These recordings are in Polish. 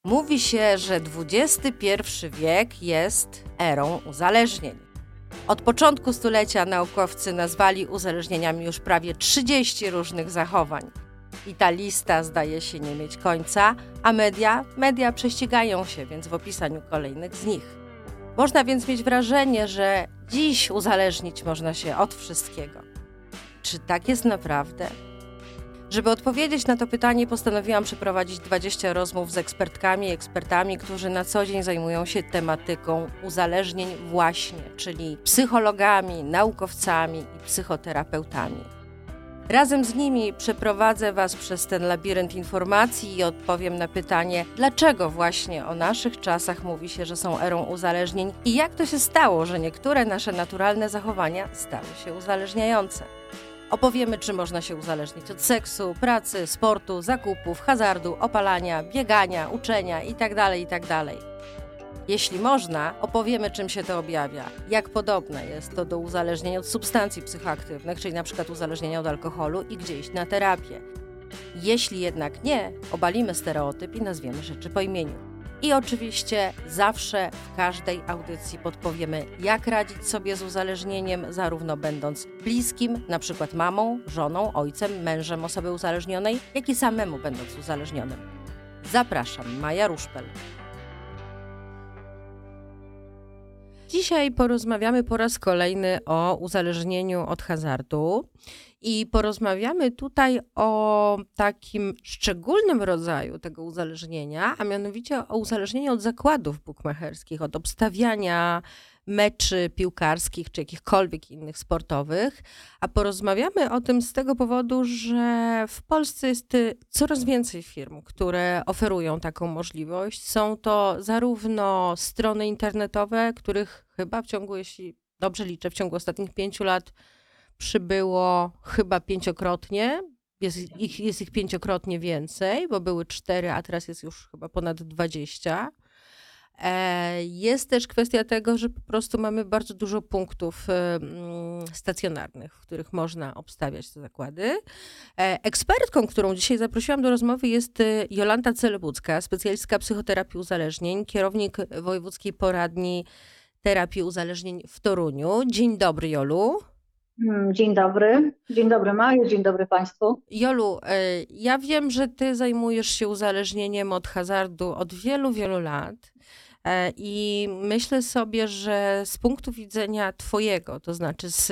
Mówi się, że XXI wiek jest erą uzależnień. Od początku stulecia naukowcy nazwali uzależnieniami już prawie 30 różnych zachowań. I ta lista zdaje się nie mieć końca, a media prześcigają się więc w opisaniu kolejnych z nich. Można więc mieć wrażenie, że dziś uzależnić można się od wszystkiego. Czy tak jest naprawdę? Żeby odpowiedzieć na to pytanie, postanowiłam przeprowadzić 20 rozmów z ekspertkami i ekspertami, którzy na co dzień zajmują się tematyką uzależnień właśnie, czyli psychologami, naukowcami i psychoterapeutami. Razem z nimi przeprowadzę Was przez ten labirynt informacji i odpowiem na pytanie, dlaczego właśnie o naszych czasach mówi się, że są erą uzależnień i jak to się stało, że niektóre nasze naturalne zachowania stały się uzależniające. Opowiemy, czy można się uzależnić od seksu, pracy, sportu, zakupów, hazardu, opalania, biegania, uczenia itd., itd. Jeśli można, opowiemy, czym się to objawia, jak podobne jest to do uzależnień od substancji psychoaktywnych, czyli np. uzależnienia od alkoholu i gdzie iść na terapię. Jeśli jednak nie, obalimy stereotyp i nazwiemy rzeczy po imieniu. I oczywiście zawsze w każdej audycji podpowiemy, jak radzić sobie z uzależnieniem, zarówno będąc bliskim, np. mamą, żoną, ojcem, mężem osoby uzależnionej, jak i samemu będąc uzależnionym. Zapraszam, Maja Ruszpel. Dzisiaj porozmawiamy po raz kolejny o uzależnieniu od hazardu i porozmawiamy tutaj o takim szczególnym rodzaju tego uzależnienia, a mianowicie o uzależnieniu od zakładów bukmacherskich, od obstawiania meczy piłkarskich czy jakichkolwiek innych sportowych, a porozmawiamy o tym z tego powodu, że w Polsce jest coraz więcej firm, które oferują taką możliwość. Są to zarówno strony internetowe, których chyba jeśli dobrze liczę, w ciągu ostatnich 5 lat przybyło chyba 5-krotnie. Jest ich 5-krotnie więcej, bo były 4, a teraz jest już chyba ponad 20. Jest też kwestia tego, że po prostu mamy bardzo dużo punktów stacjonarnych, w których można obstawiać te zakłady. Ekspertką, którą dzisiaj zaprosiłam do rozmowy, jest Jolanta Celebucka, specjalistka psychoterapii uzależnień, kierownik Wojewódzkiej Poradni Terapii Uzależnień w Toruniu. Dzień dobry, Jolu. Dzień dobry. Dzień dobry, Maju. Dzień dobry Państwu. Jolu, ja wiem, że ty zajmujesz się uzależnieniem od hazardu od wielu, wielu lat. I myślę sobie, że z punktu widzenia twojego, to znaczy z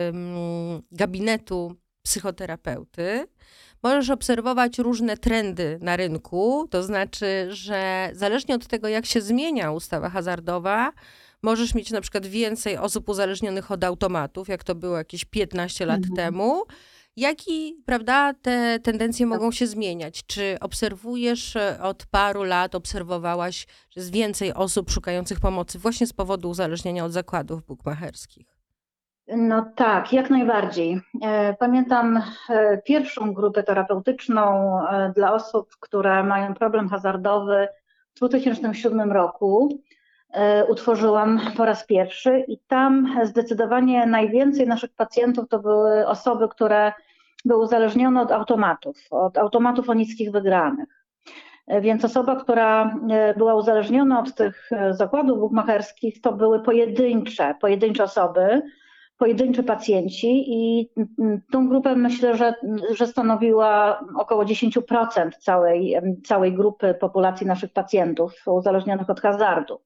gabinetu psychoterapeuty, możesz obserwować różne trendy na rynku, to znaczy, że zależnie od tego, jak się zmienia ustawa hazardowa, możesz mieć na przykład więcej osób uzależnionych od automatów, jak to było jakieś 15 lat temu, jak i, prawda, te tendencje mogą się zmieniać. Czy obserwujesz od paru lat, obserwowałaś, że jest więcej osób szukających pomocy właśnie z powodu uzależnienia od zakładów bukmacherskich? No tak, jak najbardziej. Pamiętam pierwszą grupę terapeutyczną dla osób, które mają problem hazardowy w 2007 roku. Utworzyłam po raz pierwszy i tam zdecydowanie najwięcej naszych pacjentów to były osoby, które były uzależnione od automatów o niskich wygranych. Więc osoba, która była uzależniona od tych zakładów bukmacherskich, to były pojedyncze osoby, pojedynczy pacjenci i tą grupę myślę, że stanowiła około 10% całej grupy populacji naszych pacjentów uzależnionych od hazardu.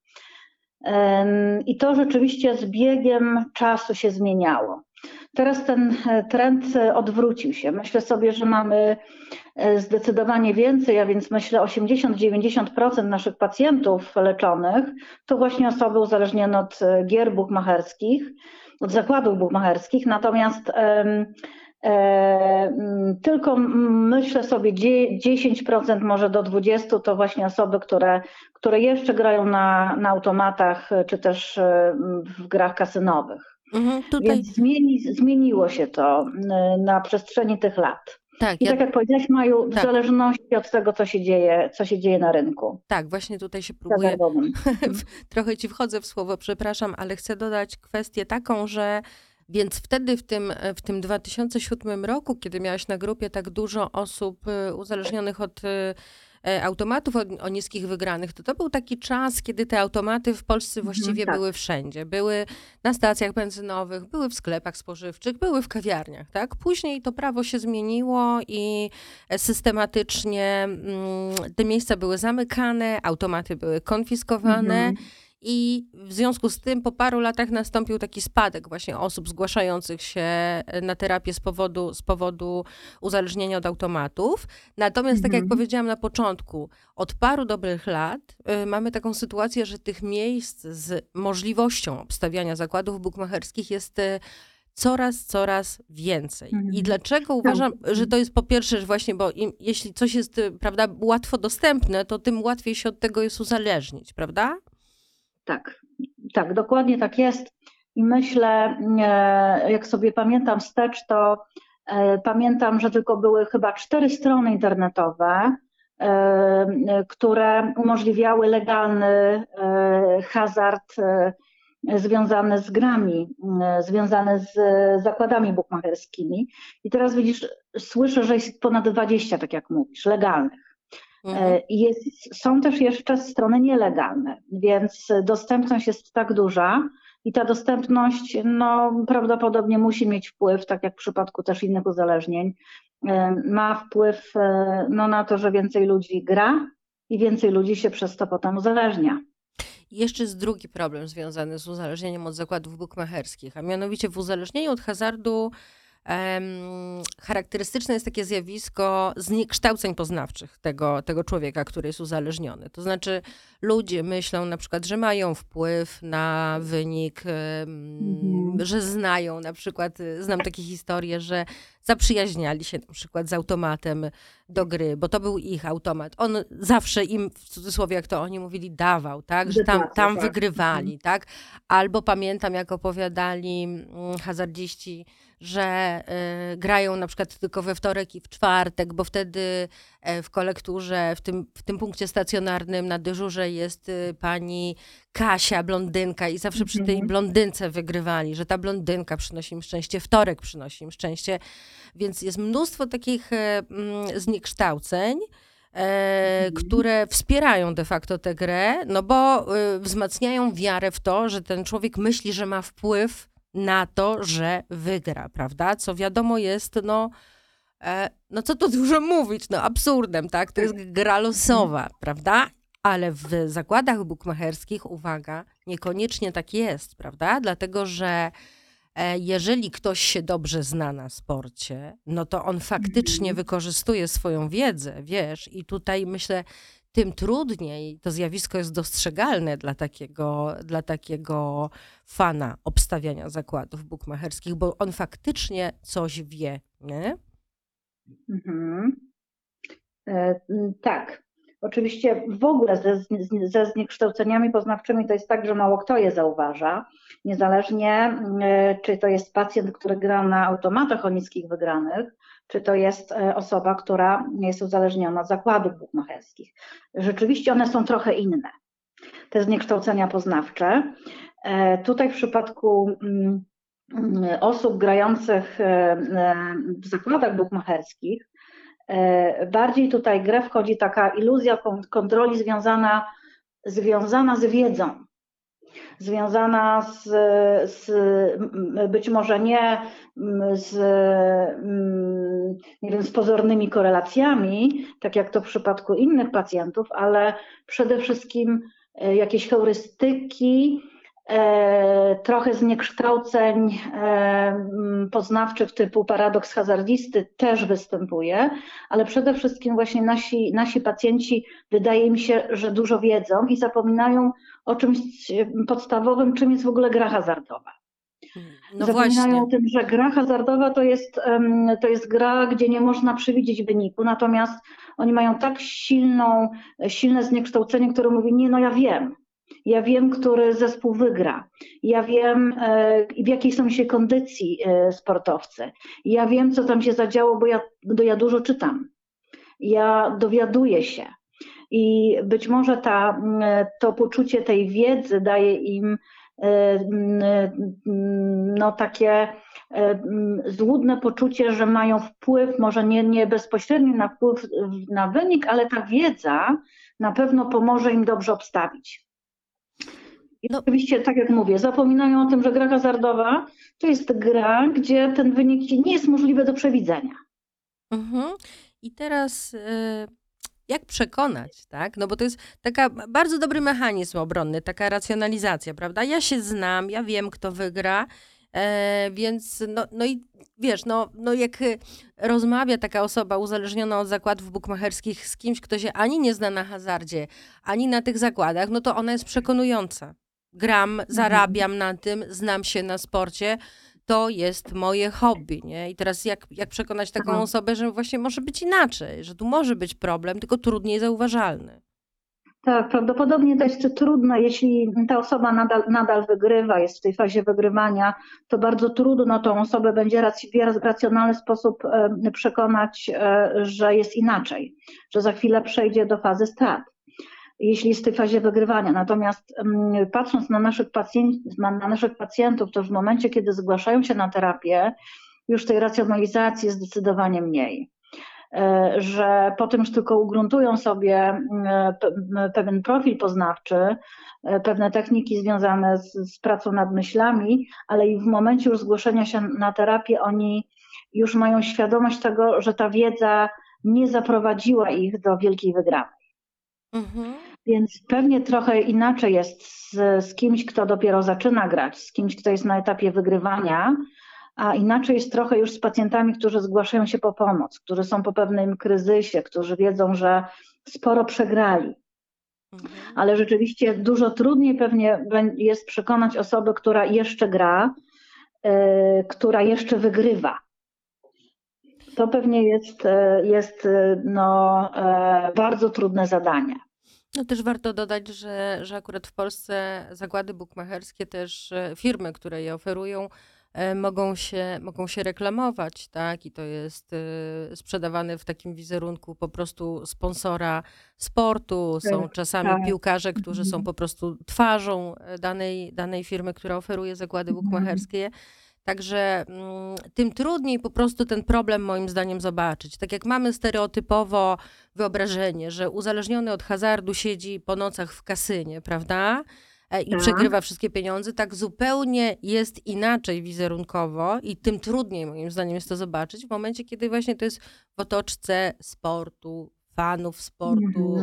I to rzeczywiście z biegiem czasu się zmieniało. Teraz ten trend odwrócił się. Myślę sobie, że mamy zdecydowanie więcej, a więc myślę 80-90% naszych pacjentów leczonych to właśnie osoby uzależnione od gier bukmacherskich, od zakładów bukmacherskich. Natomiast tylko myślę sobie 10%, może do 20% to właśnie osoby, które jeszcze grają na automatach, czy też w grach kasynowych. Więc zmieniło się to na przestrzeni tych lat. Tak, I tak jak powiedziałaś, Maju, w zależności od tego, co się dzieje na rynku. Tak, właśnie tutaj się próbuję, trochę ci wchodzę w słowo, przepraszam, ale chcę dodać kwestię taką, że więc wtedy w tym 2007 roku, kiedy miałaś na grupie tak dużo osób uzależnionych od automatów o niskich wygranych, to był taki czas, kiedy te automaty w Polsce właściwie tak. były wszędzie. Były na stacjach benzynowych, były w sklepach spożywczych, były w kawiarniach, tak? Później to prawo się zmieniło i systematycznie te miejsca były zamykane, automaty były konfiskowane. I w związku z tym po paru latach nastąpił taki spadek właśnie osób zgłaszających się na terapię z powodu uzależnienia od automatów. Natomiast tak jak powiedziałam na początku, od paru dobrych lat mamy taką sytuację, że tych miejsc z możliwością obstawiania zakładów bukmacherskich jest coraz więcej. I dlaczego uważam, że to jest po pierwsze, że właśnie, bo jeśli coś jest, prawda, łatwo dostępne, to tym łatwiej się od tego jest uzależnić, prawda? Tak, dokładnie tak jest. I myślę, jak sobie pamiętam wstecz, to pamiętam, że tylko były chyba 4 strony internetowe, które umożliwiały legalny hazard związany z grami, związany z zakładami bukmacherskimi. I teraz widzisz, słyszę, że jest ponad 20, tak jak mówisz, legalnych. Są też jeszcze strony nielegalne, więc dostępność jest tak duża i ta dostępność prawdopodobnie musi mieć wpływ, tak jak w przypadku też innych uzależnień, ma wpływ na to, że więcej ludzi gra i więcej ludzi się przez to potem uzależnia. Jeszcze jest drugi problem związany z uzależnieniem od zakładów bukmacherskich, a mianowicie w uzależnieniu od hazardu charakterystyczne jest takie zjawisko zniekształceń poznawczych tego człowieka, który jest uzależniony. To znaczy ludzie myślą na przykład, że mają wpływ na wynik, że znają na przykład, znam takie historie, że zaprzyjaźniali się na przykład z automatem do gry, bo to był ich automat. On zawsze im, w cudzysłowie jak to oni mówili, dawał, tak? Że tam wygrywali, tak? Albo pamiętam, jak opowiadali hazardziści, że grają na przykład tylko we wtorek i w czwartek, bo wtedy w kolekturze, w tym punkcie stacjonarnym na dyżurze jest pani Kasia, blondynka i zawsze przy tej blondynce wygrywali, że ta blondynka przynosi im szczęście, wtorek przynosi im szczęście, więc jest mnóstwo takich zniekształceń, które wspierają de facto tę grę, no bo wzmacniają wiarę w to, że ten człowiek myśli, że ma wpływ na to, że wygra, prawda? Co wiadomo jest, no co tu dużo mówić, absurdem, tak? To jest gra losowa, prawda? Ale w zakładach bukmacherskich, uwaga, niekoniecznie tak jest, prawda? Dlatego, że jeżeli ktoś się dobrze zna na sporcie, no to on faktycznie wykorzystuje swoją wiedzę, wiesz, i tutaj myślę, tym trudniej to zjawisko jest dostrzegalne dla takiego fana obstawiania zakładów bukmacherskich, bo on faktycznie coś wie, nie? Tak. Oczywiście w ogóle ze zniekształceniami poznawczymi to jest tak, że mało kto je zauważa, niezależnie czy to jest pacjent, który gra na automatach o niskich wygranych, czy to jest osoba, która jest uzależniona od zakładów bukmacherskich. Rzeczywiście one są trochę inne, te zniekształcenia poznawcze. Tutaj w przypadku osób grających w zakładach bukmacherskich bardziej tutaj w grę wchodzi taka iluzja kontroli związana z wiedzą, związana z być może nie z pozornymi korelacjami, tak jak to w przypadku innych pacjentów, ale przede wszystkim jakieś heurystyki, trochę zniekształceń poznawczych typu paradoks hazardzisty też występuje, ale przede wszystkim właśnie nasi pacjenci, wydaje mi się, że dużo wiedzą i zapominają o czymś podstawowym, czym jest w ogóle gra hazardowa. No zapominają właśnie. o tym, że gra hazardowa to jest gra, gdzie nie można przewidzieć wyniku, natomiast oni mają tak silne zniekształcenie, które mówi, nie, no ja wiem, który zespół wygra. Ja wiem, w jakiej są się kondycji sportowcy. Ja wiem, co tam się zadziało, bo ja dużo czytam. Ja dowiaduję się. I być może to poczucie tej wiedzy daje im no takie złudne poczucie, że mają wpływ, może nie bezpośredni na wpływ na wynik, ale ta wiedza na pewno pomoże im dobrze obstawić. I No, oczywiście, tak jak mówię, zapominają o tym, że gra hazardowa to jest gra, gdzie ten wynik nie jest możliwy do przewidzenia. I teraz jak przekonać, tak? No bo to jest taka bardzo dobry mechanizm obronny, taka racjonalizacja, prawda? Ja się znam, ja wiem, kto wygra, więc no i wiesz, no jak rozmawia taka osoba uzależniona od zakładów bukmacherskich z kimś, kto się ani nie zna na hazardzie, ani na tych zakładach, no to ona jest przekonująca. Gram, zarabiam na tym, znam się na sporcie, to jest moje hobby, nie? I teraz jak przekonać taką osobę, że właśnie może być inaczej, że tu może być problem, tylko trudniej zauważalny. Tak, prawdopodobnie to jest trudne, jeśli ta osoba nadal wygrywa, jest w tej fazie wygrywania, to bardzo trudno tą osobę będzie w racjonalny sposób przekonać, że jest inaczej, że za chwilę przejdzie do fazy strat, jeśli jest w tej fazie wygrywania. Natomiast patrząc na naszych pacjentów, to w momencie, kiedy zgłaszają się na terapię, już tej racjonalizacji jest zdecydowanie mniej. Że potem już tylko ugruntują sobie pewien profil poznawczy, pewne techniki związane z pracą nad myślami, ale i w momencie już zgłoszenia się na terapię oni już mają świadomość tego, że ta wiedza nie zaprowadziła ich do wielkiej wygranej. Więc pewnie trochę inaczej jest z kimś, kto dopiero zaczyna grać, z kimś, kto jest na etapie wygrywania, a inaczej jest trochę już z pacjentami, którzy zgłaszają się po pomoc, którzy są po pewnym kryzysie, którzy wiedzą, że sporo przegrali. Ale rzeczywiście dużo trudniej pewnie jest przekonać osobę, która jeszcze gra, która jeszcze wygrywa. To pewnie jest bardzo trudne zadanie. No też warto dodać, że akurat w Polsce zakłady bukmacherskie, też firmy, które je oferują, mogą się reklamować, tak? I to jest sprzedawane w takim wizerunku po prostu sponsora sportu. Są czasami piłkarze, którzy są po prostu twarzą danej firmy, która oferuje zakłady bukmacherskie. Także tym trudniej po prostu ten problem moim zdaniem zobaczyć. Tak jak mamy stereotypowo wyobrażenie, że uzależniony od hazardu siedzi po nocach w kasynie, prawda? I przegrywa wszystkie pieniądze, tak zupełnie jest inaczej wizerunkowo i tym trudniej moim zdaniem jest to zobaczyć w momencie, kiedy właśnie to jest w otoczce sportu, fanów sportu,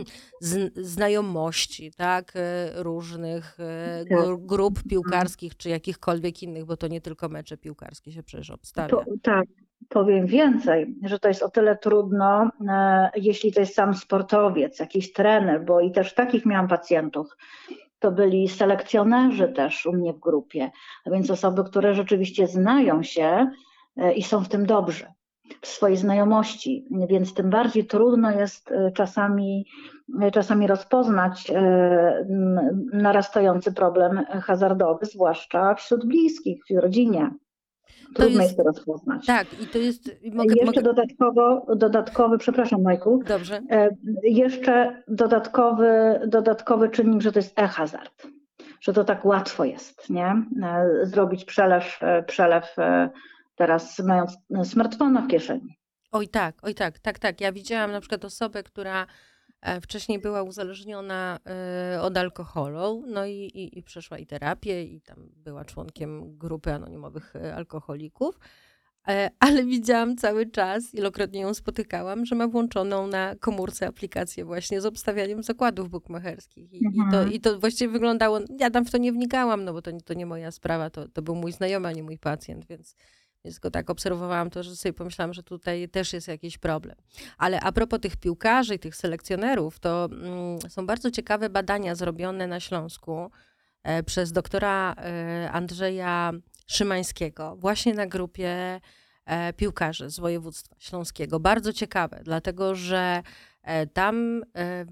znajomości, tak, różnych grup piłkarskich czy jakichkolwiek innych, bo to nie tylko mecze piłkarskie się przecież obstawia. Tak, powiem więcej, że to jest o tyle trudno, jeśli to jest sam sportowiec, jakiś trener, bo i też takich miałam pacjentów. To byli selekcjonerzy też u mnie w grupie, a więc osoby, które rzeczywiście znają się i są w tym dobrzy, w swojej znajomości, więc tym bardziej trudno jest czasami rozpoznać narastający problem hazardowy, zwłaszcza wśród bliskich, w rodzinie. Trudno jest to rozpoznać. Tak, i to jest... Jeszcze dodatkowy, przepraszam Majku. Dobrze. Jeszcze dodatkowy czynnik, że to jest e-hazard, że to tak łatwo jest, nie? Zrobić przelew teraz mając smartfona w kieszeni. Oj tak. Ja widziałam na przykład osobę, która wcześniej była uzależniona od alkoholu, no i przeszła i terapię i tam była członkiem grupy anonimowych alkoholików, ale widziałam cały czas, ilokroć ją spotykałam, że ma włączoną na komórce aplikację właśnie z obstawianiem zakładów bukmacherskich. I to właściwie wyglądało, ja tam w to nie wnikałam, no bo to nie moja sprawa, to był mój znajomy, a nie mój pacjent, więc go tak obserwowałam, to że sobie pomyślałam, że tutaj też jest jakiś problem. Ale a propos tych piłkarzy i tych selekcjonerów, to są bardzo ciekawe badania zrobione na Śląsku przez doktora Andrzeja Szymańskiego, właśnie na grupie piłkarzy z województwa śląskiego. Bardzo ciekawe, dlatego że tam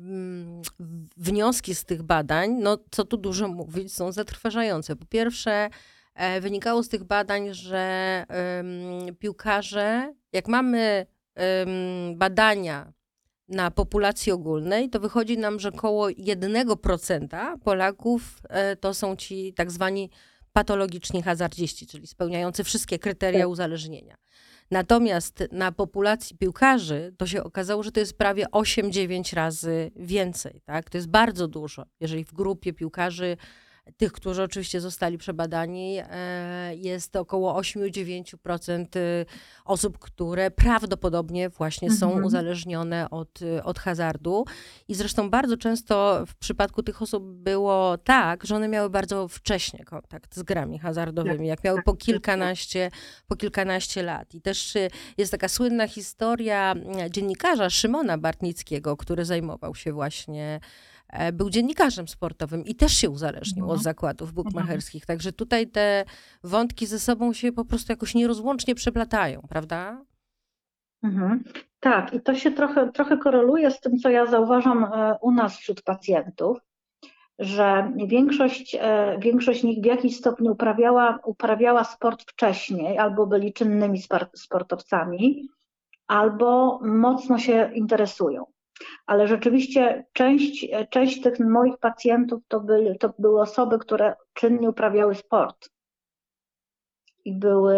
wnioski z tych badań, no co tu dużo mówić, są zatrważające. Po pierwsze, wynikało z tych badań, że piłkarze, jak mamy badania na populacji ogólnej, to wychodzi nam, że około 1% Polaków to są ci tak zwani patologiczni hazardziści, czyli spełniający wszystkie kryteria uzależnienia. Natomiast na populacji piłkarzy to się okazało, że to jest prawie 8-9 razy więcej. Tak? To jest bardzo dużo, jeżeli w grupie piłkarzy, tych, którzy oczywiście zostali przebadani, jest około 8-9% osób, które prawdopodobnie właśnie są uzależnione od hazardu. I zresztą bardzo często w przypadku tych osób było tak, że one miały bardzo wcześnie kontakt z grami hazardowymi, jak miały po kilkanaście lat. I też jest taka słynna historia dziennikarza Szymona Bartnickiego, który zajmował się właśnie był dziennikarzem sportowym i też się uzależnił od zakładów bukmacherskich. Także tutaj te wątki ze sobą się po prostu jakoś nierozłącznie przeplatają, prawda? Tak, i to się trochę koreluje z tym, co ja zauważam u nas wśród pacjentów, że większość z nich w jakiś stopniu uprawiała sport wcześniej, albo byli czynnymi sportowcami, albo mocno się interesują. Ale rzeczywiście część tych moich pacjentów to były osoby, które czynnie uprawiały sport i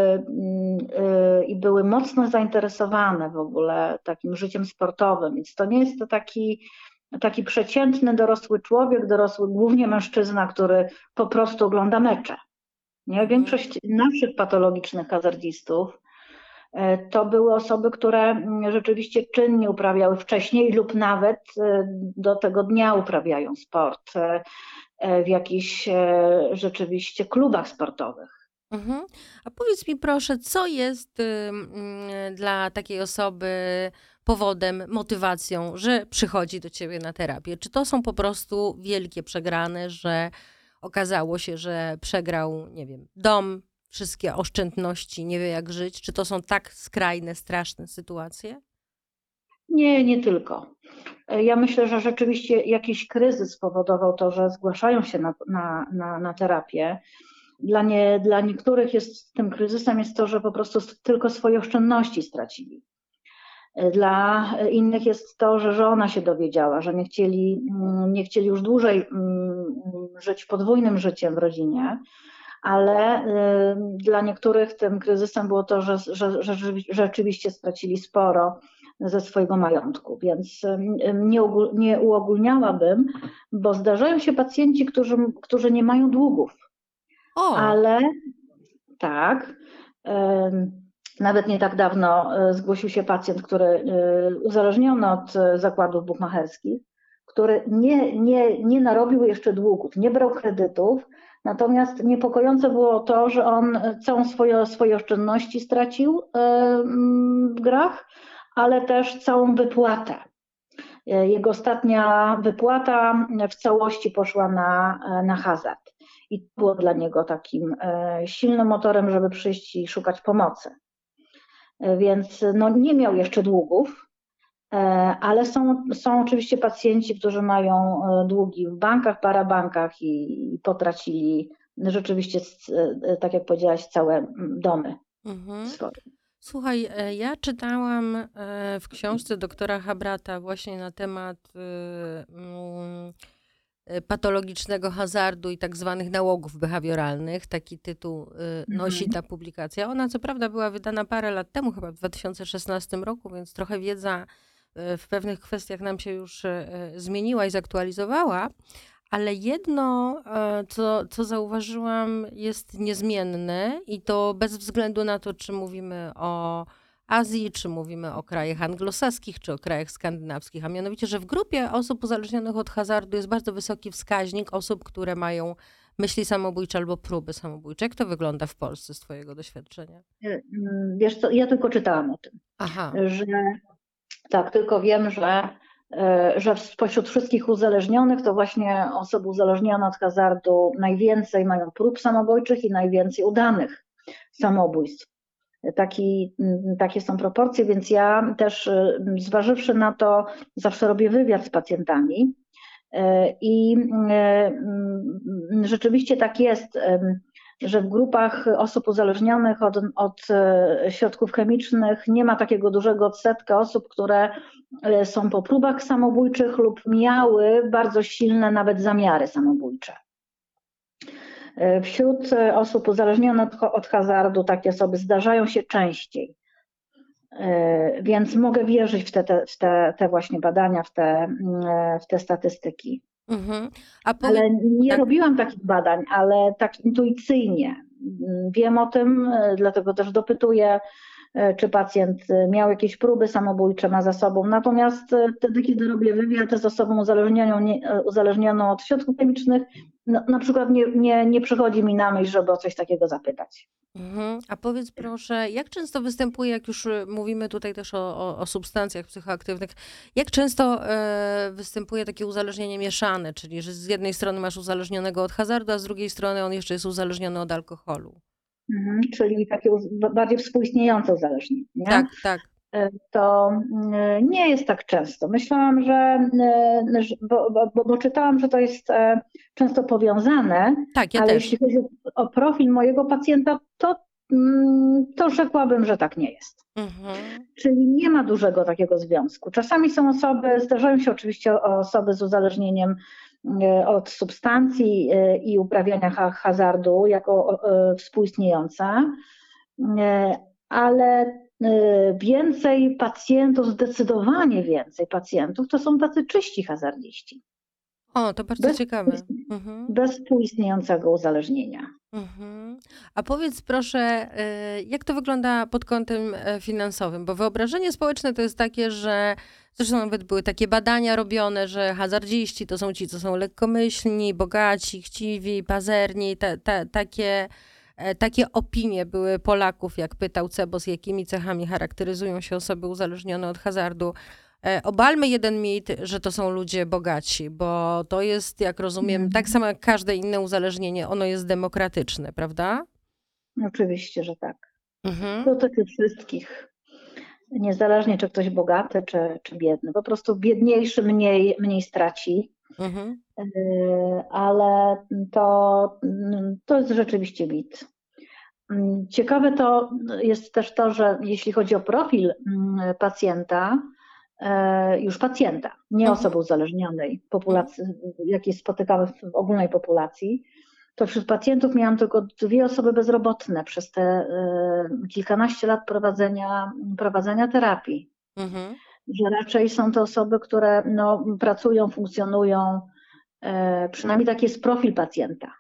były mocno zainteresowane w ogóle takim życiem sportowym. Więc to nie jest to taki przeciętny dorosły człowiek, głównie mężczyzna, który po prostu ogląda mecze. Nie? Większość naszych patologicznych hazardzistów to były osoby, które rzeczywiście czynnie uprawiały wcześniej lub nawet do tego dnia uprawiają sport w jakichś rzeczywiście klubach sportowych. A powiedz mi proszę, co jest dla takiej osoby powodem, motywacją, że przychodzi do ciebie na terapię? Czy to są po prostu wielkie przegrane, że okazało się, że przegrał, nie wiem, dom, wszystkie oszczędności, nie wie jak żyć? Czy to są tak skrajne, straszne sytuacje? Nie tylko. Ja myślę, że rzeczywiście jakiś kryzys spowodował to, że zgłaszają się na terapię. Dla niektórych tym kryzysem jest to, że po prostu tylko swoje oszczędności stracili. Dla innych jest to, że żona się dowiedziała, że nie chcieli już dłużej żyć podwójnym życiem w rodzinie, ale dla niektórych tym kryzysem było to, że rzeczywiście stracili sporo ze swojego majątku, więc nie uogólniałabym, bo zdarzają się pacjenci, którzy nie mają długów. Ale tak, nawet nie tak dawno zgłosił się pacjent, który uzależniony od zakładów bukmacherskich, który nie narobił jeszcze długów, nie brał kredytów, natomiast niepokojące było to, że on całą swoje oszczędności stracił w grach, ale też całą wypłatę. Jego ostatnia wypłata w całości poszła na hazard. I to było dla niego takim silnym motorem, żeby przyjść i szukać pomocy. Więc nie miał jeszcze długów, ale są oczywiście pacjenci, którzy mają długi w bankach, parabankach i potracili rzeczywiście, tak jak powiedziałaś, całe domy swoje. Słuchaj, ja czytałam w książce doktora Habrata właśnie na temat patologicznego hazardu i tak zwanych nałogów behawioralnych. Taki tytuł nosi ta publikacja. Ona co prawda była wydana parę lat temu, chyba w 2016 roku, więc trochę wiedza w pewnych kwestiach nam się już zmieniła i zaktualizowała. Ale jedno, co zauważyłam, jest niezmienne i to bez względu na to, czy mówimy o Azji, czy mówimy o krajach anglosaskich, czy o krajach skandynawskich, a mianowicie, że w grupie osób uzależnionych od hazardu jest bardzo wysoki wskaźnik osób, które mają myśli samobójcze albo próby samobójcze. Jak to wygląda w Polsce z twojego doświadczenia? Wiesz co, ja tylko czytałam o tym. Że tak, tylko wiem, że spośród wszystkich uzależnionych to właśnie osoby uzależnione od hazardu najwięcej mają prób samobójczych i najwięcej udanych samobójstw. Takie są proporcje, więc ja też zważywszy na to zawsze robię wywiad z pacjentami i rzeczywiście tak jest. że w grupach osób uzależnionych od środków chemicznych nie ma takiego dużego odsetka osób, które są po próbach samobójczych lub miały bardzo silne nawet zamiary samobójcze. Wśród osób uzależnionych od hazardu takie osoby zdarzają się częściej. Więc mogę wierzyć w te właśnie badania, w te statystyki. Mhm. Ale nie robiłam takich badań, ale tak intuicyjnie wiem o tym, dlatego też dopytuję, czy pacjent miał jakieś próby samobójcze, ma za sobą. Natomiast wtedy, kiedy robię wywiad z osobą uzależnioną od środków chemicznych, na przykład nie przychodzi mi na myśl, żeby o coś takiego zapytać. A powiedz proszę, jak często występuje, jak już mówimy tutaj też o substancjach psychoaktywnych, jak często występuje takie uzależnienie mieszane, czyli że z jednej strony masz uzależnionego od hazardu, a z drugiej strony on jeszcze jest uzależniony od alkoholu? Czyli takie bardziej współistniejące uzależnienie. Nie? Tak, tak. To nie jest tak często. Myślałam, bo czytałam, że to jest często powiązane, tak, ja ale też. jeśli chodzi o profil mojego pacjenta, to rzekłabym, że tak nie jest. Czyli nie ma dużego takiego związku. Czasami zdarzają się oczywiście osoby z uzależnieniem od substancji i uprawiania hazardu jako współistniejąca, ale więcej pacjentów, zdecydowanie więcej pacjentów, to są tacy czyści hazardziści. O, to bardzo ciekawe. Bez współistniejącego uzależnienia. A powiedz proszę, jak to wygląda pod kątem finansowym? Bo wyobrażenie społeczne to jest takie, że zresztą nawet były takie badania robione, że hazardziści to są ci, co są lekkomyślni, bogaci, chciwi, pazerni, takie opinie były Polaków, jak pytał Cebos, jakimi cechami charakteryzują się osoby uzależnione od hazardu. Obalmy jeden mit, że to są ludzie bogaci, bo to jest, jak rozumiem, tak samo jak każde inne uzależnienie, ono jest demokratyczne, prawda? Oczywiście, że tak. Dotyczy wszystkich. Niezależnie, czy ktoś bogaty, czy biedny. Po prostu biedniejszy mniej straci. Ale to jest rzeczywiście mit. Ciekawe to jest też to, że jeśli chodzi o profil pacjenta, nie osoby uzależnionej, jakie spotykamy w ogólnej populacji, to wśród pacjentów miałam tylko 2 osoby bezrobotne przez te kilkanaście lat prowadzenia terapii. Że raczej są to osoby, które pracują, funkcjonują, przynajmniej taki jest profil pacjenta.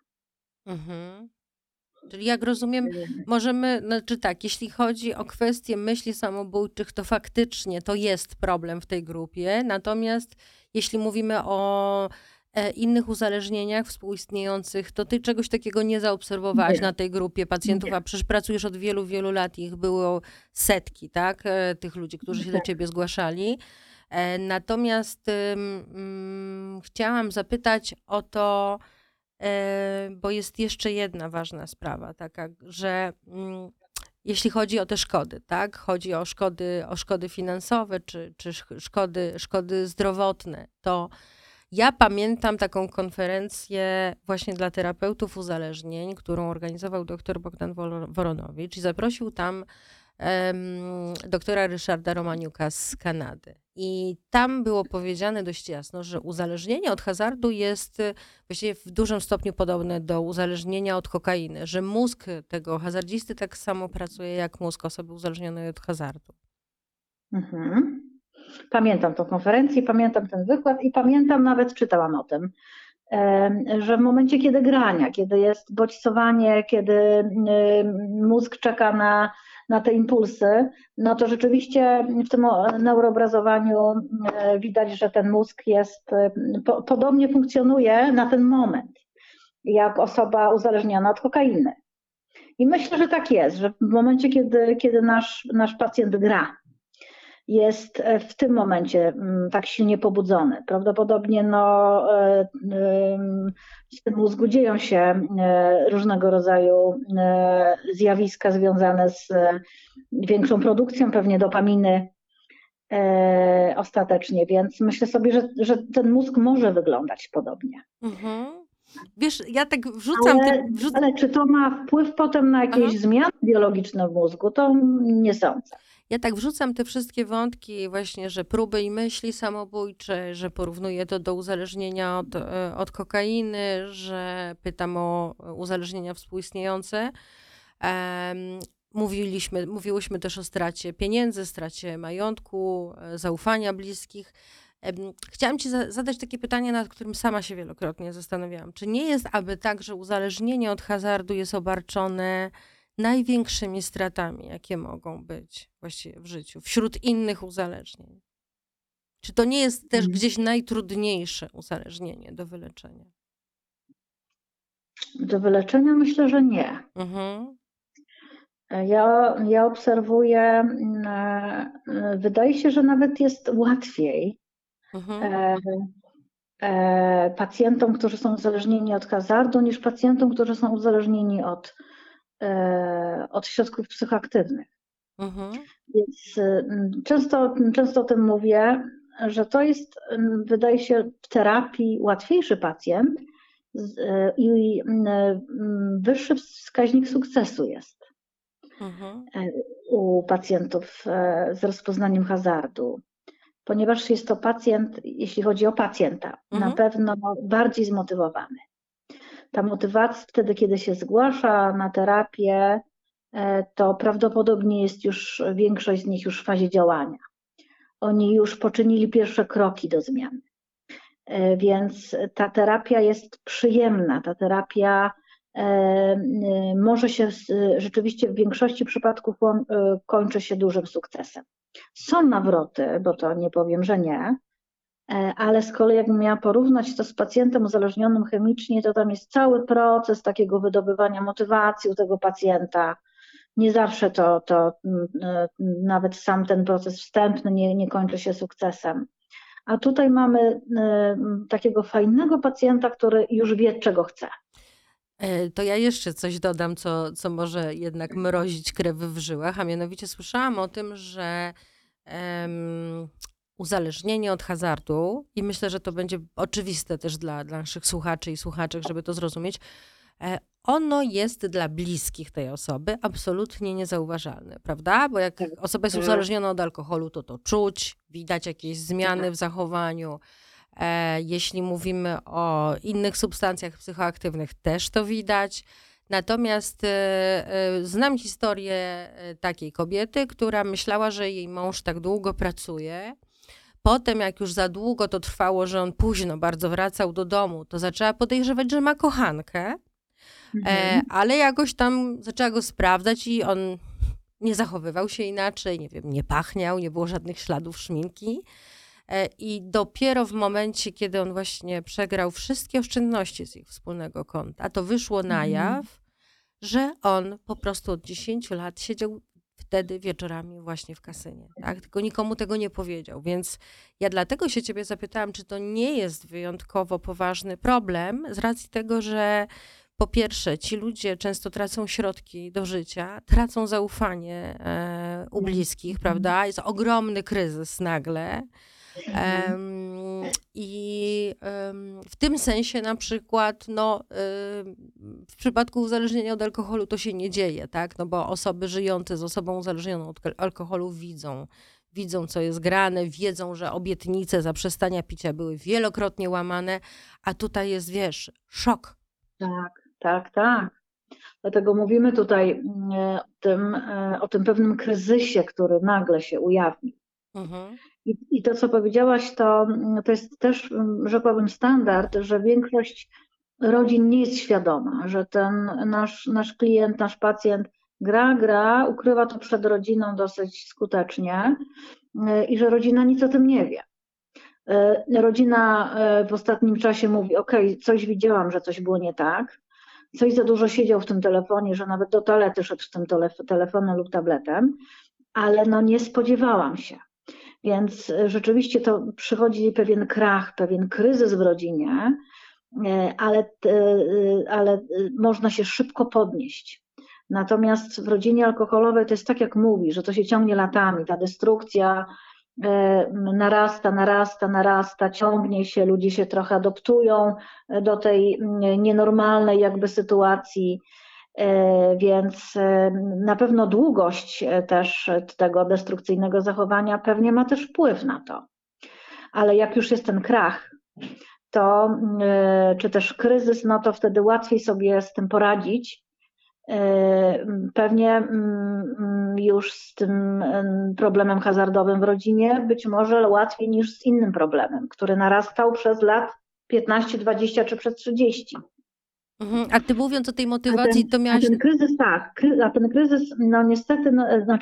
Czyli jak rozumiem, jeśli chodzi o kwestie myśli samobójczych, to faktycznie to jest problem w tej grupie. Natomiast jeśli mówimy o innych uzależnieniach współistniejących, to ty czegoś takiego nie zaobserwowałaś na tej grupie pacjentów, a przecież pracujesz od wielu, wielu lat i ich było setki, tak? Tych ludzi, którzy się do ciebie zgłaszali. Natomiast chciałam zapytać o to, bo jest jeszcze jedna ważna sprawa, taka, że jeśli chodzi o te szkody, tak? Chodzi o szkody finansowe czy szkody zdrowotne, to ja pamiętam taką konferencję właśnie dla terapeutów uzależnień, którą organizował dr Bogdan Woronowicz i zaprosił tam doktora Ryszarda Romaniuka z Kanady. I tam było powiedziane dość jasno, że uzależnienie od hazardu jest właściwie w dużym stopniu podobne do uzależnienia od kokainy, że mózg tego hazardzisty tak samo pracuje jak mózg osoby uzależnionej od hazardu. Pamiętam tę konferencję, pamiętam ten wykład i pamiętam, nawet czytałam o tym, że w momencie, kiedy grania, kiedy jest bodźcowanie, kiedy mózg czeka na te impulsy, no to rzeczywiście w tym neuroobrazowaniu widać, że ten mózg podobnie funkcjonuje na ten moment, jak osoba uzależniona od kokainy. I myślę, że tak jest, że w momencie, kiedy nasz pacjent gra, jest w tym momencie tak silnie pobudzony. Prawdopodobnie w tym mózgu dzieją się różnego rodzaju zjawiska związane z większą produkcją pewnie dopaminy ostatecznie, więc myślę sobie, że ten mózg może wyglądać podobnie. Wiesz, ja tak wrzucam... Ale czy to ma wpływ potem na jakieś Aha. zmiany biologiczne w mózgu? To nie sądzę. Ja tak wrzucam te wszystkie wątki właśnie, że próby i myśli samobójcze, że porównuję to do uzależnienia od kokainy, że pytam o uzależnienia współistniejące. Mówiłyśmy też o stracie pieniędzy, stracie majątku, zaufania bliskich. Chciałam ci zadać takie pytanie, nad którym sama się wielokrotnie zastanawiałam. Czy nie jest aby tak, że uzależnienie od hazardu jest obarczone największymi stratami, jakie mogą być właściwie w życiu, wśród innych uzależnień? Czy to nie jest też gdzieś najtrudniejsze uzależnienie do wyleczenia? Do wyleczenia myślę, że nie. Mhm. Ja obserwuję, wydaje się, że nawet jest łatwiej pacjentom, którzy są uzależnieni od hazardu, niż pacjentom, którzy są uzależnieni od środków psychoaktywnych. Więc często o tym mówię, że to jest, wydaje się, w terapii łatwiejszy pacjent i wyższy wskaźnik sukcesu jest u pacjentów z rozpoznaniem hazardu, ponieważ jest to pacjent, jeśli chodzi o pacjenta, na pewno bardziej zmotywowany. Ta motywacja wtedy, kiedy się zgłasza na terapię, to prawdopodobnie jest już większość z nich już w fazie działania. Oni już poczynili pierwsze kroki do zmiany. Więc ta terapia jest przyjemna. Ta terapia może się rzeczywiście w większości przypadków kończy się dużym sukcesem. Są nawroty, bo to nie powiem, że nie, ale z kolei jakbym miała porównać to z pacjentem uzależnionym chemicznie, to tam jest cały proces takiego wydobywania motywacji u tego pacjenta. Nie zawsze to nawet sam ten proces wstępny nie kończy się sukcesem. A tutaj mamy takiego fajnego pacjenta, który już wie, czego chce. To ja jeszcze coś dodam, co może jednak mrozić krew w żyłach, a mianowicie słyszałam o tym, że uzależnienie od hazardu, i myślę, że to będzie oczywiste też dla naszych słuchaczy i słuchaczek, żeby to zrozumieć, ono jest dla bliskich tej osoby absolutnie niezauważalne, prawda? Bo jak osoba jest uzależniona od alkoholu, to czuć, widać jakieś zmiany w zachowaniu. Jeśli mówimy o innych substancjach psychoaktywnych, też to widać. Natomiast znam historię takiej kobiety, która myślała, że jej mąż tak długo pracuje. Potem, jak już za długo to trwało, że on późno bardzo wracał do domu, to zaczęła podejrzewać, że ma kochankę, ale jakoś tam zaczęła go sprawdzać i on nie zachowywał się inaczej, nie wiem, nie pachniał, nie było żadnych śladów szminki. I dopiero w momencie, kiedy on właśnie przegrał wszystkie oszczędności z ich wspólnego konta, to wyszło na jaw, że on po prostu od 10 lat siedział wtedy wieczorami właśnie w kasynie, tak? Tylko nikomu tego nie powiedział, więc ja dlatego się ciebie zapytałam, czy to nie jest wyjątkowo poważny problem z racji tego, że po pierwsze ci ludzie często tracą środki do życia, tracą zaufanie u bliskich, prawda? Jest ogromny kryzys nagle. I w tym sensie na przykład w przypadku uzależnienia od alkoholu to się nie dzieje, tak? No bo osoby żyjące z osobą uzależnioną od alkoholu widzą, co jest grane, wiedzą, że obietnice zaprzestania picia były wielokrotnie łamane, a tutaj jest, wiesz, szok. Tak. Dlatego mówimy tutaj o tym pewnym kryzysie, który nagle się ujawnił. I to, co powiedziałaś, to jest też, rzekłabym, standard, że większość rodzin nie jest świadoma, że ten nasz klient, nasz pacjent gra, ukrywa to przed rodziną dosyć skutecznie i że rodzina nic o tym nie wie. Rodzina w ostatnim czasie mówi, okej, coś widziałam, że coś było nie tak, coś za dużo siedział w tym telefonie, że nawet do toalety szedł z tym telefonem lub tabletem, ale nie spodziewałam się. Więc rzeczywiście to przychodzi pewien krach, pewien kryzys w rodzinie, ale można się szybko podnieść. Natomiast w rodzinie alkoholowej to jest tak, jak mówi, że to się ciągnie latami, ta destrukcja narasta, ciągnie się, ludzie się trochę adoptują do tej nienormalnej jakby sytuacji, więc na pewno długość też tego destrukcyjnego zachowania pewnie ma też wpływ na to. Ale jak już jest ten krach, to, czy też kryzys, no to wtedy łatwiej sobie z tym poradzić. Pewnie już z tym problemem hazardowym w rodzinie być może łatwiej niż z innym problemem, który narastał przez lat 15, 20 czy przez 30. A ty mówiąc o tej motywacji, to miałaś... A ten kryzys tak, no niestety,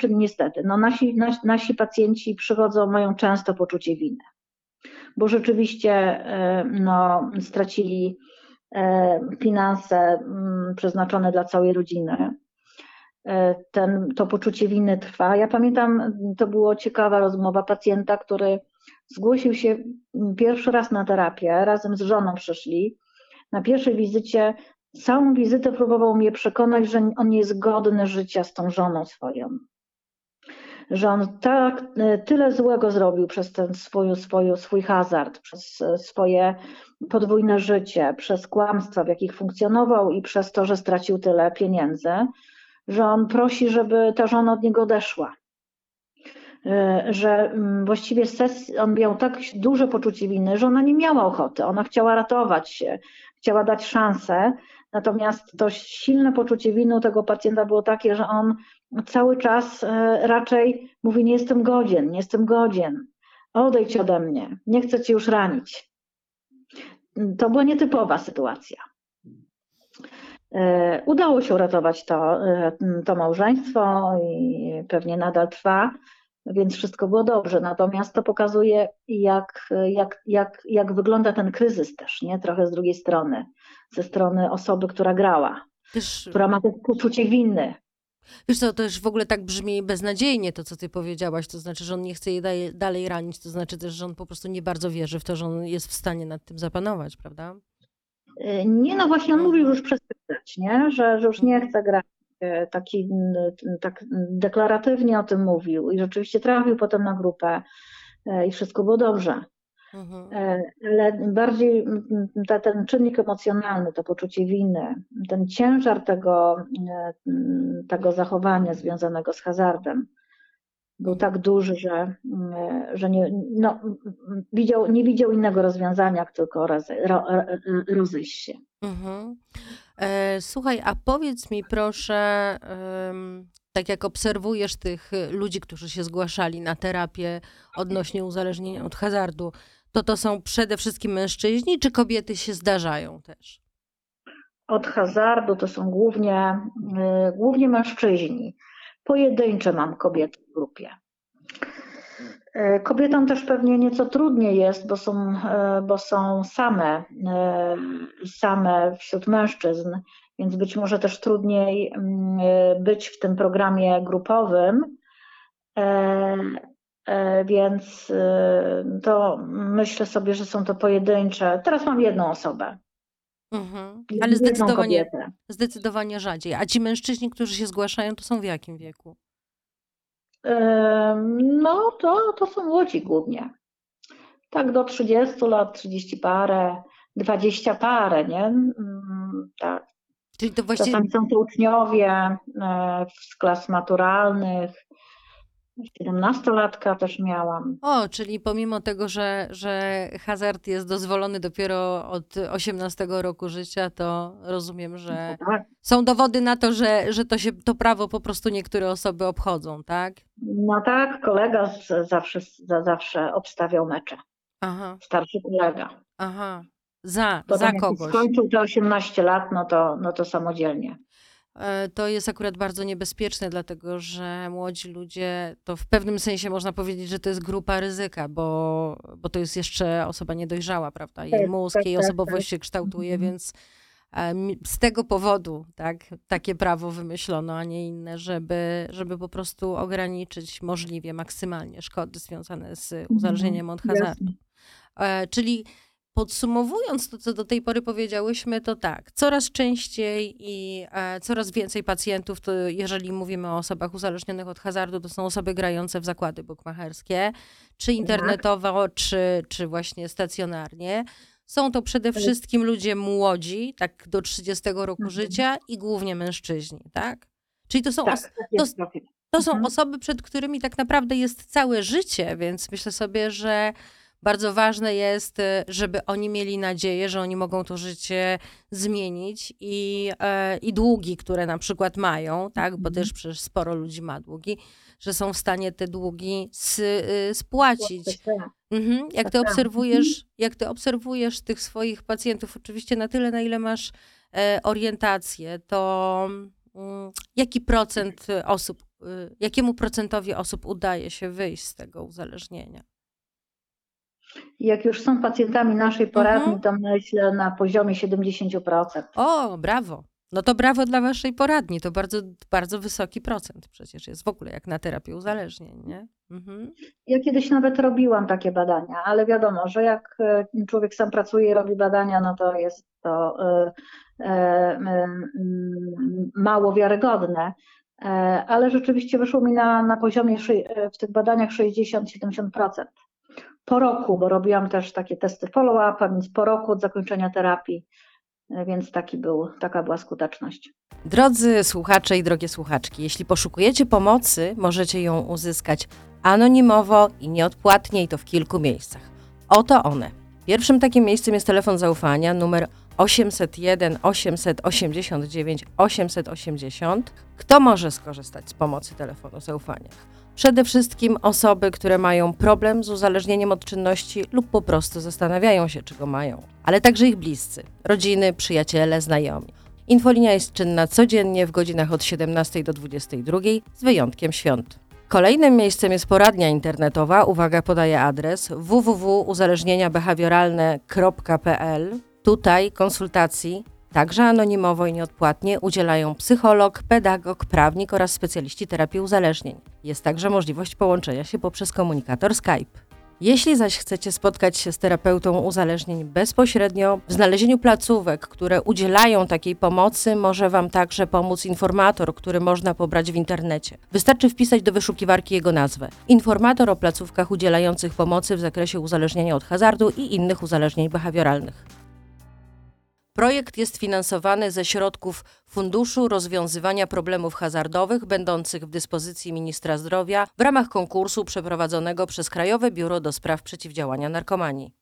nasi pacjenci mają często poczucie winy, bo rzeczywiście stracili finanse przeznaczone dla całej rodziny. To poczucie winy trwa. Ja pamiętam, to była ciekawa rozmowa pacjenta, który zgłosił się pierwszy raz na terapię, razem z żoną przyszli. Na pierwszej wizycie całą wizytę próbował mnie przekonać, że on nie jest godny życia z tą żoną swoją. Że on tyle złego zrobił przez ten swój hazard, przez swoje podwójne życie, przez kłamstwa, w jakich funkcjonował i przez to, że stracił tyle pieniędzy, że on prosi, żeby ta żona od niego odeszła. Że właściwie on miał tak duże poczucie winy, że ona nie miała ochoty. Ona chciała ratować się, chciała dać szansę, natomiast to silne poczucie winy u tego pacjenta było takie, że on cały czas raczej mówi: nie jestem godzien, odejdź ode mnie, nie chcę cię już ranić. To była nietypowa sytuacja. Udało się uratować to małżeństwo i pewnie nadal trwa, więc wszystko było dobrze. Natomiast to pokazuje, jak wygląda ten kryzys też, nie? Trochę z drugiej strony, ze strony osoby, która grała, która ma to poczucie winy. Wiesz co, to już w ogóle tak brzmi beznadziejnie to, co ty powiedziałaś, to znaczy, że on nie chce jej dalej ranić, to znaczy też, że on po prostu nie bardzo wierzy w to, że on jest w stanie nad tym zapanować, prawda? Nie, no właśnie on mówił, że już przestać, nie? Że już nie chce grać. Tak deklaratywnie o tym mówił i rzeczywiście trafił potem na grupę i wszystko było dobrze. Ale bardziej ten czynnik emocjonalny, to poczucie winy, ten ciężar tego zachowania związanego z hazardem był tak duży, że nie widział innego rozwiązania, jak tylko rozejść się. Słuchaj, a powiedz mi proszę, tak jak obserwujesz tych ludzi, którzy się zgłaszali na terapię odnośnie uzależnienia od hazardu, to są przede wszystkim mężczyźni, czy kobiety się zdarzają też? Od hazardu to są głównie mężczyźni. Pojedyncze mam kobiety w grupie. Kobietom też pewnie nieco trudniej jest, bo są same wśród mężczyzn, więc być może też trudniej być w tym programie grupowym, więc to myślę sobie, że są to pojedyncze. Teraz mam jedną osobę. Ale zdecydowanie rzadziej. A ci mężczyźni, którzy się zgłaszają, to są w jakim wieku? No to są młodzi głównie. Tak do 30 lat, 30 parę, 20 parę, nie? Tak. Czyli to właściwie... Czasami są to uczniowie z klas maturalnych. 17-latka też miałam. Czyli pomimo tego, że hazard jest dozwolony dopiero od 18 roku życia, to rozumiem, że są dowody na to, że to prawo po prostu niektóre osoby obchodzą, tak? No tak, kolega zawsze obstawiał mecze. Starszy kolega. Za kogoś. Skończył te 18 lat, no to samodzielnie. To jest akurat bardzo niebezpieczne, dlatego że młodzi ludzie, to w pewnym sensie można powiedzieć, że to jest grupa ryzyka, bo to jest jeszcze osoba niedojrzała, prawda? Jej mózg, jej osobowość się kształtuje, więc z tego powodu takie prawo wymyślono, a nie inne, żeby po prostu ograniczyć możliwie maksymalnie szkody związane z uzależnieniem od hazardu. Czyli Podsumowując to, co do tej pory powiedziałyśmy, to tak, coraz częściej i coraz więcej pacjentów, to jeżeli mówimy o osobach uzależnionych od hazardu, to są osoby grające w zakłady bukmacherskie, czy internetowo, czy właśnie stacjonarnie. Są to przede wszystkim ludzie młodzi, tak do 30 roku życia i głównie mężczyźni, tak? Czyli to są, to są osoby, przed którymi tak naprawdę jest całe życie, więc myślę sobie, że bardzo ważne jest, żeby oni mieli nadzieję, że oni mogą to życie zmienić i długi, które na przykład mają, tak, bo też przecież sporo ludzi ma długi, że są w stanie te długi spłacić. Jak ty obserwujesz tych swoich pacjentów, oczywiście na tyle, na ile masz orientację, to jakiemu procentowi osób udaje się wyjść z tego uzależnienia? Jak już są pacjentami naszej poradni, to myślę na poziomie 70%. O, brawo. No to brawo dla waszej poradni. To bardzo, bardzo wysoki procent przecież jest w ogóle jak na terapię uzależnień, nie? Ja kiedyś nawet robiłam takie badania, ale wiadomo, że jak człowiek sam pracuje i robi badania, no to jest to mało wiarygodne. Ale rzeczywiście wyszło mi na poziomie w tych badaniach 60-70%. Po roku, bo robiłam też takie testy follow-up, więc po roku od zakończenia terapii, więc taka była skuteczność. Drodzy słuchacze i drogie słuchaczki, jeśli poszukujecie pomocy, możecie ją uzyskać anonimowo i nieodpłatnie i to w kilku miejscach. Oto one. Pierwszym takim miejscem jest telefon zaufania numer 801 889 880. Kto może skorzystać z pomocy telefonu zaufania? Przede wszystkim osoby, które mają problem z uzależnieniem od czynności lub po prostu zastanawiają się, czego mają, ale także ich bliscy, rodziny, przyjaciele, znajomi. Infolinia jest czynna codziennie w godzinach od 17 do 22, z wyjątkiem świąt. Kolejnym miejscem jest poradnia internetowa. Uwaga, podaję adres www.uzależnieniabehawioralne.pl. Tutaj konsultacji, także anonimowo i nieodpłatnie, udzielają psycholog, pedagog, prawnik oraz specjaliści terapii uzależnień. Jest także możliwość połączenia się poprzez komunikator Skype. Jeśli zaś chcecie spotkać się z terapeutą uzależnień bezpośrednio, w znalezieniu placówek, które udzielają takiej pomocy, może Wam także pomóc informator, który można pobrać w internecie. Wystarczy wpisać do wyszukiwarki jego nazwę. Informator o placówkach udzielających pomocy w zakresie uzależnienia od hazardu i innych uzależnień behawioralnych. Projekt jest finansowany ze środków Funduszu Rozwiązywania Problemów Hazardowych będących w dyspozycji Ministra Zdrowia w ramach konkursu przeprowadzonego przez Krajowe Biuro do Spraw Przeciwdziałania Narkomanii.